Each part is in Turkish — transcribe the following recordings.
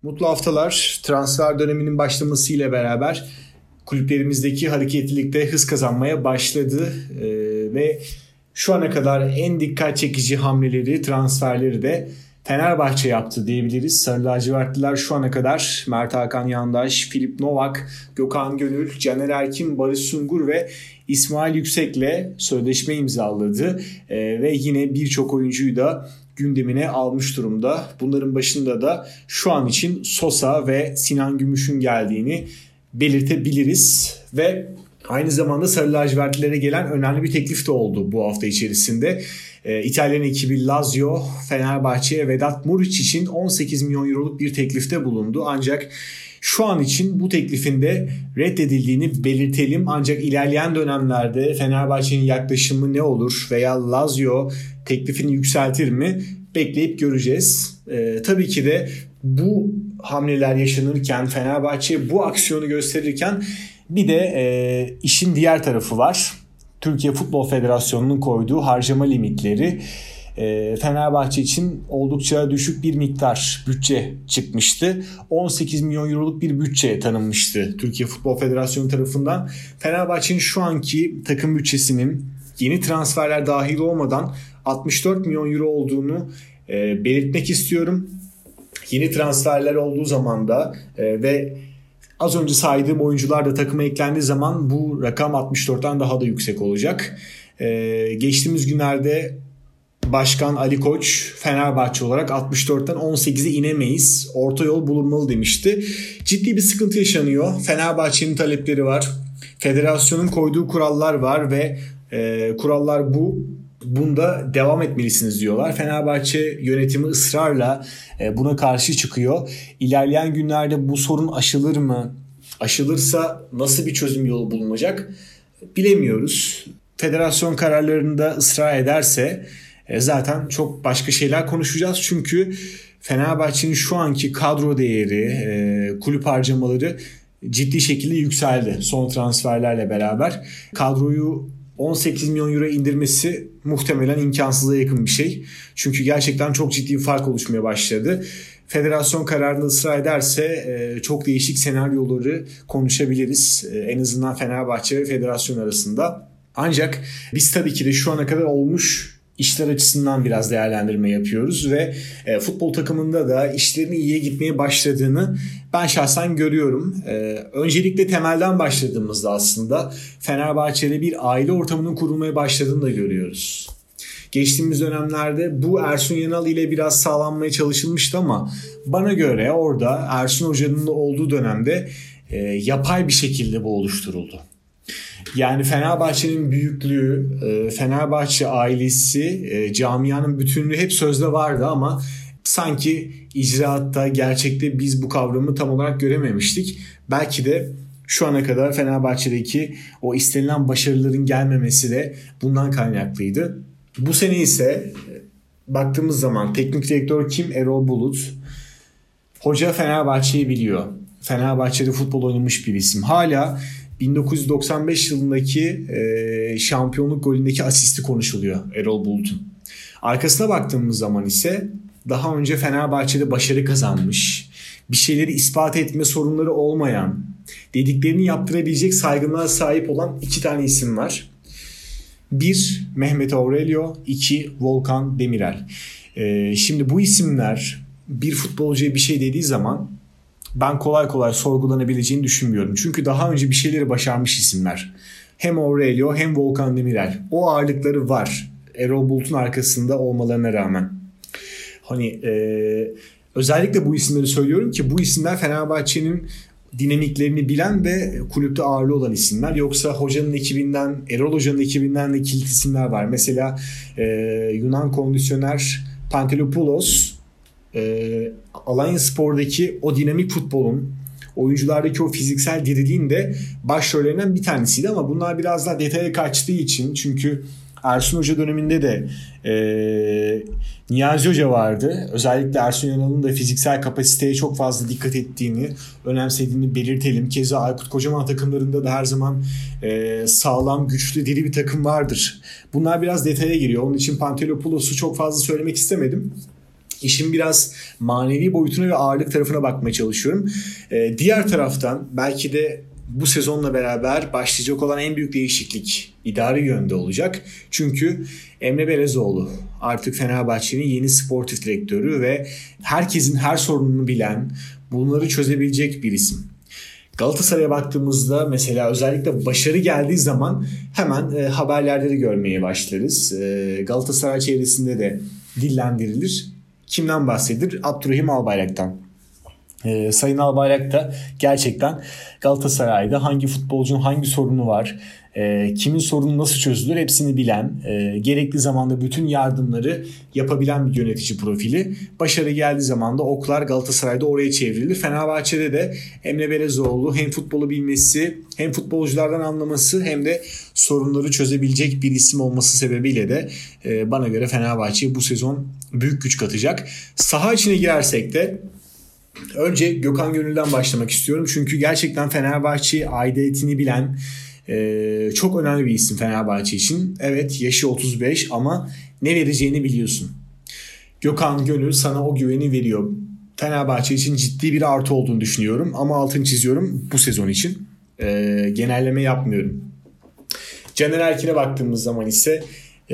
Mutlu haftalar. Transfer döneminin başlamasıyla beraber kulüplerimizdeki hareketlilikte hız kazanmaya başladı. Ve şu ana kadar en dikkat çekici hamleleri, transferleri de Fenerbahçe yaptı diyebiliriz. Sarı lacivertliler şu ana kadar Mert Hakan Yandaş, Filip Novak, Gökhan Gönül, Caner Erkin, Barış Sungur ve İsmail Yüksek'le sözleşme imzaladı. Ve yine birçok oyuncuyu da gündemine almış durumda. Bunların başında da şu an için Sosa ve Sinan Gümüş'ün geldiğini belirtebiliriz. Ve aynı zamanda Sarı lacivertlilere gelen önemli bir teklif de oldu bu hafta içerisinde. İtalyan ekibi Lazio, Fenerbahçe'ye Vedat Muriç için 18 milyon euroluk bir teklifte bulundu. Ancak şu an için bu teklifin de reddedildiğini belirtelim. Ancak ilerleyen dönemlerde Fenerbahçe'nin yaklaşımı ne olur veya Lazio teklifini yükseltir mi bekleyip göreceğiz. Tabii ki de bu hamleler yaşanırken, Fenerbahçe bu aksiyonu gösterirken bir de işin diğer tarafı var. Türkiye Futbol Federasyonu'nun koyduğu harcama limitleri. Fenerbahçe için oldukça düşük bir miktar bütçe çıkmıştı. 18 milyon euroluk bir bütçe tanınmıştı Türkiye Futbol Federasyonu tarafından. Fenerbahçe'nin şu anki takım bütçesinin yeni transferler dahil olmadan 64 milyon euro olduğunu belirtmek istiyorum. Yeni transferler olduğu zaman da ve az önce saydığım oyuncular da takıma eklendiği zaman bu rakam 64'ten daha da yüksek olacak. Geçtiğimiz günlerde Başkan Ali Koç Fenerbahçe olarak 64'ten 18'e inemeyiz. Orta yol bulunmalı demişti. Ciddi bir sıkıntı yaşanıyor. Fenerbahçe'nin talepleri var. Federasyonun koyduğu kurallar var ve kurallar bunda devam etmelisiniz diyorlar. Fenerbahçe yönetimi ısrarla buna karşı çıkıyor. İlerleyen günlerde bu sorun aşılır mı? Aşılırsa nasıl bir çözüm yolu bulunacak? Bilemiyoruz. Federasyon kararlarında ısrar ederse zaten çok başka şeyler konuşacağız. Çünkü Fenerbahçe'nin şu anki kadro değeri, kulüp harcamaları ciddi şekilde yükseldi son transferlerle beraber. Kadroyu 18 milyon euro indirmesi muhtemelen imkansıza yakın bir şey. Çünkü gerçekten çok ciddi bir fark oluşmaya başladı. Federasyon kararında ısrar ederse çok değişik senaryoları konuşabiliriz. En azından Fenerbahçe ve federasyon arasında. Ancak biz tabii ki de şu ana kadar olmuş işler açısından biraz değerlendirme yapıyoruz ve futbol takımında da işlerin iyiye gitmeye başladığını ben şahsen görüyorum. Öncelikle temelden başladığımızda aslında Fenerbahçe'de bir aile ortamının kurulmaya başladığını da görüyoruz. Geçtiğimiz dönemlerde bu Ersun Yanal ile biraz sağlanmaya çalışılmıştı ama bana göre orada Ersun Hoca'nın da olduğu dönemde yapay bir şekilde bu oluşturuldu. Yani Fenerbahçe'nin büyüklüğü, Fenerbahçe ailesi, camianın bütünlüğü hep sözde vardı ama sanki icraatta, gerçekte biz bu kavramı tam olarak görememiştik. Belki de şu ana kadar Fenerbahçe'deki o istenilen başarıların gelmemesi de bundan kaynaklıydı. Bu sene ise baktığımız zaman teknik direktör kim? Erol Bulut. Hoca Fenerbahçe'yi biliyor. Fenerbahçe'de futbol oynamış bir isim. Hala 1995 yılındaki şampiyonluk golündeki asisti konuşuluyor Erol Bulut'un. Arkasına baktığımız zaman ise daha önce Fenerbahçe'de başarı kazanmış, bir şeyleri ispat etme sorunları olmayan, dediklerini yaptırabilecek saygınlığa sahip olan iki tane isim var. Bir Mehmet Aurelio, iki Volkan Demirel. Şimdi bu isimler bir futbolcuya bir şey dediği zaman ben kolay kolay sorgulanabileceğini düşünmüyorum. Çünkü daha önce bir şeyleri başarmış isimler. Hem Aurelio hem Volkan Demirel. O ağırlıkları var. Erol Bulut'un arkasında olmalarına rağmen. Özellikle bu isimleri söylüyorum ki bu isimler Fenerbahçe'nin dinamiklerini bilen ve kulüpte ağırlığı olan isimler. Yoksa hocanın ekibinden, Erol Hoca'nın ekibinden de kilit isimler var. Mesela Yunan kondisyoner Pantelopoulos, Alanyaspor'daki o dinamik futbolun, oyunculardaki o fiziksel diriliğin de başrollerinden bir tanesiydi ama bunlar biraz daha detaya kaçtığı için, çünkü Ersun Hoca döneminde de Niyazi Hoca vardı. Özellikle Ersun Yanal'ın da fiziksel kapasiteye çok fazla dikkat ettiğini, önemsediğini belirtelim. Keza Aykut Kocaman takımlarında da her zaman sağlam, güçlü, diri bir takım vardır. Bunlar biraz detaya giriyor. Onun için Pantelopoulos'u çok fazla söylemek istemedim. İşin biraz manevi boyutuna ve ağırlık tarafına bakmaya çalışıyorum. Diğer taraftan belki de bu sezonla beraber başlayacak olan en büyük değişiklik idari yönde olacak. Çünkü Emre Belezoğlu artık Fenerbahçe'nin yeni sportif direktörü ve herkesin her sorununu bilen, bunları çözebilecek bir isim. Galatasaray'a baktığımızda mesela özellikle başarı geldiği zaman hemen haberlerde de görmeye başlarız. Galatasaray çevresinde de dillendirilir. Kimden bahsedilir? Abdurrahim Albayrak'tan. Sayın Albayrak da gerçekten Galatasaray'da hangi futbolcunun hangi sorunu var, kimin sorunu nasıl çözülür hepsini bilen, gerekli zamanda bütün yardımları yapabilen bir yönetici profili. Başarı geldiği zaman da oklar Galatasaray'da oraya çevrilir. Fenerbahçe'de de Emre Belezoğlu hem futbolu bilmesi, hem futbolculardan anlaması, hem de sorunları çözebilecek bir isim olması sebebiyle de bana göre Fenerbahçe bu sezon büyük güç katacak. Saha içine girersek de önce Gökhan Gönül'den başlamak istiyorum. Çünkü gerçekten Fenerbahçe aidiyetini bilen çok önemli bir isim Fenerbahçe için. Evet, yaşı 35 ama ne vereceğini biliyorsun. Gökhan Gönül sana o güveni veriyor. Fenerbahçe için ciddi bir artı olduğunu düşünüyorum. Ama altını çiziyorum bu sezon için. Genelleme yapmıyorum. Caner Erkin'e baktığımız zaman ise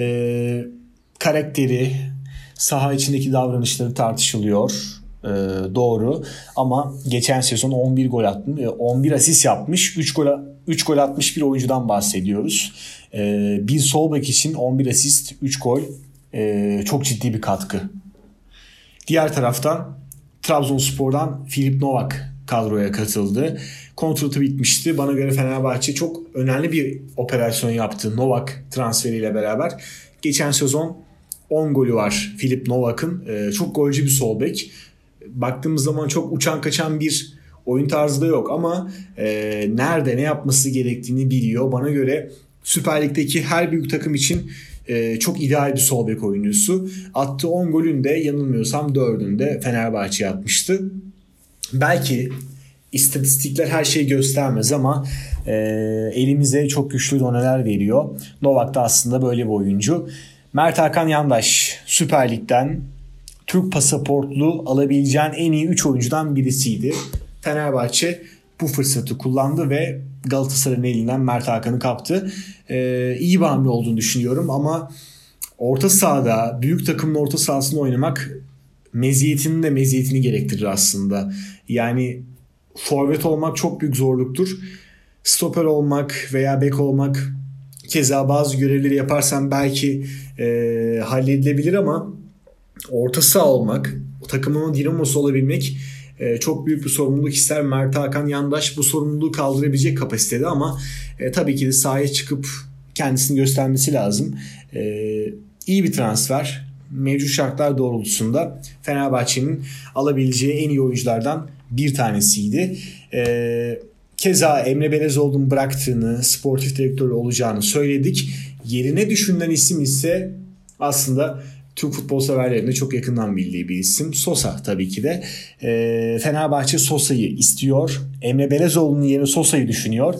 karakteri, saha içindeki davranışları tartışılıyor. Doğru ama geçen sezon 11 gol atmış, 11 asist yapmış, 3 gol atmış bir oyuncudan bahsediyoruz. Bir sol bek için 11 asist, 3 gol çok ciddi bir katkı. Diğer taraftan Trabzonspor'dan Filip Novak kadroya katıldı. Kontratı bitmişti. Bana göre Fenerbahçe çok önemli bir operasyon yaptı Novak transferiyle beraber. Geçen sezon 10 golü var Filip Novak'ın. Çok golcü bir sol bek. Baktığımız zaman çok uçan kaçan bir oyun tarzı da yok ama nerede ne yapması gerektiğini biliyor. Bana göre Süper Lig'deki her büyük takım için çok ideal bir sol bek oyuncusu. Attığı 10 golün de yanılmıyorsam 4'ünü de Fenerbahçe'ye atmıştı. Belki istatistikler her şeyi göstermez ama elimize çok güçlü doneler veriyor. Novak da aslında böyle bir oyuncu. Mert Hakan Yandaş Süper Lig'den Türk pasaportlu alabileceğin en iyi 3 oyuncudan birisiydi. Fenerbahçe bu fırsatı kullandı ve Galatasaray'ın elinden Mert Hakan'ı kaptı. İyi bir hamle olduğunu düşünüyorum ama orta sahada, büyük takımın orta sahasında oynamak meziyetini gerektirir aslında. Yani forvet olmak çok büyük zorluktur. Stoper olmak veya bek olmak, keza bazı görevleri yaparsan belki halledilebilir ama orta saha olmak, takımının dinamosu olabilmek çok büyük bir sorumluluk ister. Mert Hakan Yandaş bu sorumluluğu kaldırabilecek kapasitede ama tabii ki de sahaya çıkıp kendisini göstermesi lazım. İyi bir transfer. Mevcut şartlar doğrultusunda Fenerbahçe'nin alabileceği en iyi oyunculardan bir tanesiydi. Keza Emre Belezoğlu'nun bıraktığını, sportif direktör olacağını söyledik. Yerine düşünülen isim ise aslında Türk futbol severlerinde çok yakından bildiği bir isim. Sosa tabii ki de. Fenerbahçe Sosa'yı istiyor. Emre Belezoğlu'nun yerine Sosa'yı düşünüyor.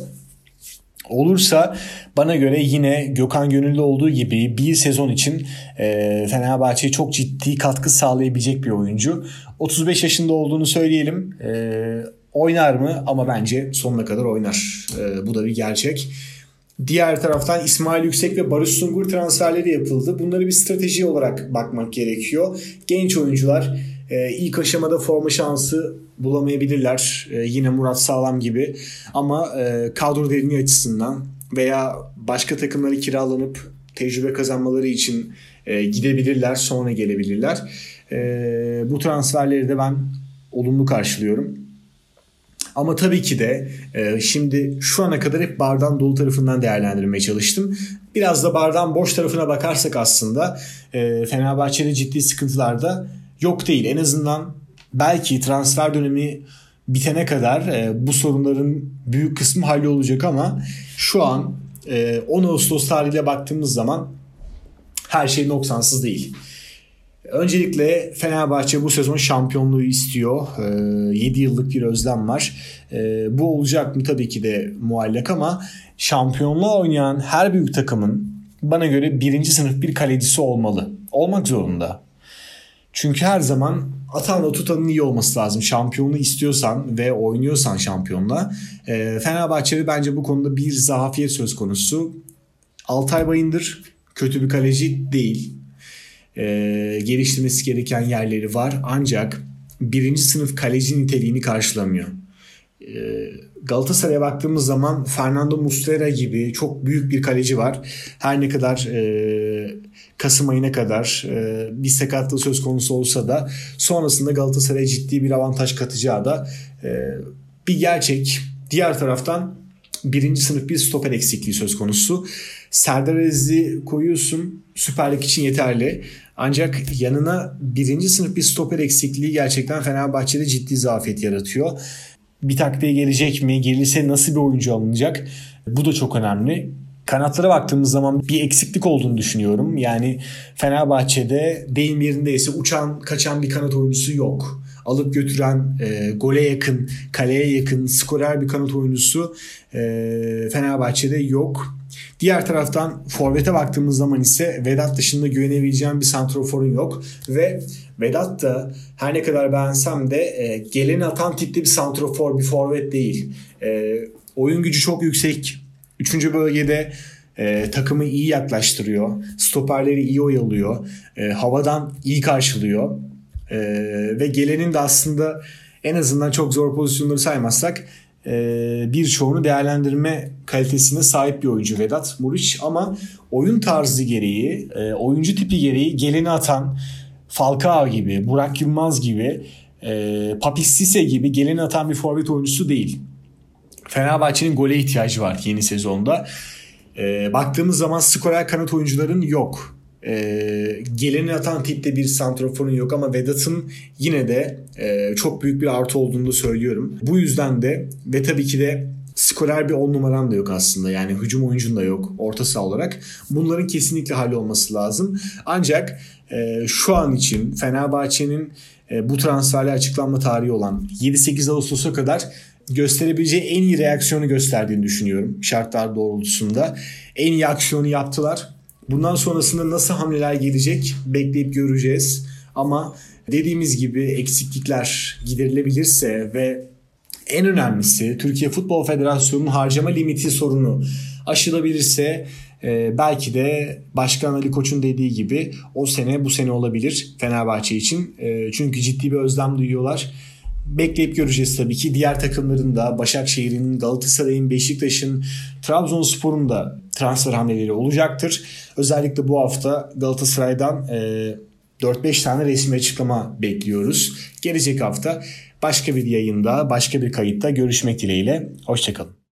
Olursa bana göre yine Gökhan Gönül'de olduğu gibi bir sezon için Fenerbahçe'ye çok ciddi katkı sağlayabilecek bir oyuncu. 35 yaşında olduğunu söyleyelim. Oynar mı? Ama bence sonuna kadar oynar. Bu da bir gerçek. Diğer taraftan İsmail Yüksek ve Barış Sungur transferleri yapıldı. Bunları bir strateji olarak bakmak gerekiyor. Genç oyuncular ilk aşamada forma şansı bulamayabilirler. Yine Murat Sağlam gibi. Ama kadro derinliği açısından veya başka takımları kiralanıp tecrübe kazanmaları için gidebilirler. Sonra gelebilirler. Bu transferleri de ben olumlu karşılıyorum. Ama tabii ki de şimdi şu ana kadar hep bardağın dolu tarafından değerlendirmeye çalıştım. Biraz da bardağın boş tarafına bakarsak aslında Fenerbahçe'de ciddi sıkıntılar da yok değil. En azından belki transfer dönemi bitene kadar bu sorunların büyük kısmı hallolacak ama şu an 10 Ağustos tarihiyle baktığımız zaman her şey noksansız değil. Öncelikle Fenerbahçe bu sezon şampiyonluğu istiyor. 7 yıllık bir özlem var. Bu olacak mı tabii ki de muallak ama şampiyonluğa oynayan her büyük takımın bana göre birinci sınıf bir kalecisi olmalı. Olmak zorunda. Çünkü her zaman atanla tutanın iyi olması lazım. Şampiyonluğu istiyorsan ve oynuyorsan şampiyonla. Fenerbahçe'de bence bu konuda bir zafiyet söz konusu. Altay Bayındır kötü bir kaleci değil. Geliştirmesi gereken yerleri var. Ancak birinci sınıf kaleci niteliğini karşılamıyor. Galatasaray'a baktığımız zaman Fernando Muslera gibi çok büyük bir kaleci var. Her ne kadar Kasım ayına kadar bir sakatlığı söz konusu olsa da sonrasında Galatasaray'a ciddi bir avantaj katacağı da bir gerçek. Diğer taraftan birinci sınıf bir stoper eksikliği söz konusu. Serdar Aziz'i koyuyorsun, Süper Lig için yeterli. Ancak yanına birinci sınıf bir stoper eksikliği gerçekten Fenerbahçe'de ciddi zafiyet yaratıyor. Bir takviye gelecek mi? Gelirse nasıl bir oyuncu alınacak? Bu da çok önemli. Kanatlara baktığımız zaman bir eksiklik olduğunu düşünüyorum. Yani Fenerbahçe'de deyim yerindeyse uçan kaçan bir kanat oyuncusu yok. Alıp götüren, gole yakın, kaleye yakın, skorer bir kanat oyuncusu Fenerbahçe'de yok. Diğer taraftan forvete baktığımız zaman ise Vedat dışında güvenebileceğim bir santroforun yok. Ve Vedat da her ne kadar beğensem de geleni atan tipte bir santrofor, bir forvet değil. Oyun gücü çok yüksek. 3. bölgede takımı iyi yaklaştırıyor. Stoperleri iyi oyalıyor. Havadan iyi karşılıyor. Ve gelenin de aslında en azından çok zor pozisyonları saymazsak birçoğunu değerlendirme kalitesine sahip bir oyuncu Vedat Muriç. Ama oyun tarzı gereği, oyuncu tipi gereği geleni atan Falcao gibi, Burak Yılmaz gibi, Papis Cisse gibi geleni atan bir forvet oyuncusu değil. Fenerbahçe'nin gole ihtiyacı var yeni sezonda. Baktığımız zaman skorer kanat oyuncuların yok. Geleni atan tipte bir santraforun yok ama Vedat'ın yine de çok büyük bir artı olduğunu da söylüyorum. Bu yüzden de ve tabii ki de skorer bir 10 numaran da yok aslında. Yani hücum oyuncun da yok orta saha olarak. Bunların kesinlikle hallolması lazım. Ancak şu an için Fenerbahçe'nin bu transferle açıklanma tarihi olan 7-8 Ağustos'a kadar gösterebileceği en iyi reaksiyonu gösterdiğini düşünüyorum. Şartlar doğrultusunda. En iyi aksiyonu yaptılar. Bundan sonrasında nasıl hamleler gelecek bekleyip göreceğiz. Ama dediğimiz gibi eksiklikler giderilebilirse ve en önemlisi Türkiye Futbol Federasyonu'nun harcama limiti sorunu aşılabilirse belki de Başkan Ali Koç'un dediği gibi o sene bu sene olabilir Fenerbahçe için. Çünkü ciddi bir özlem duyuyorlar. Bekleyip göreceğiz tabii ki. Diğer takımların da Başakşehir'in, Galatasaray'ın, Beşiktaş'ın, Trabzonspor'un da transfer hamleleri olacaktır. Özellikle bu hafta Galatasaray'dan 4-5 tane resmi açıklama bekliyoruz. Gelecek hafta başka bir yayında, başka bir kayıtta görüşmek dileğiyle. Hoşçakalın.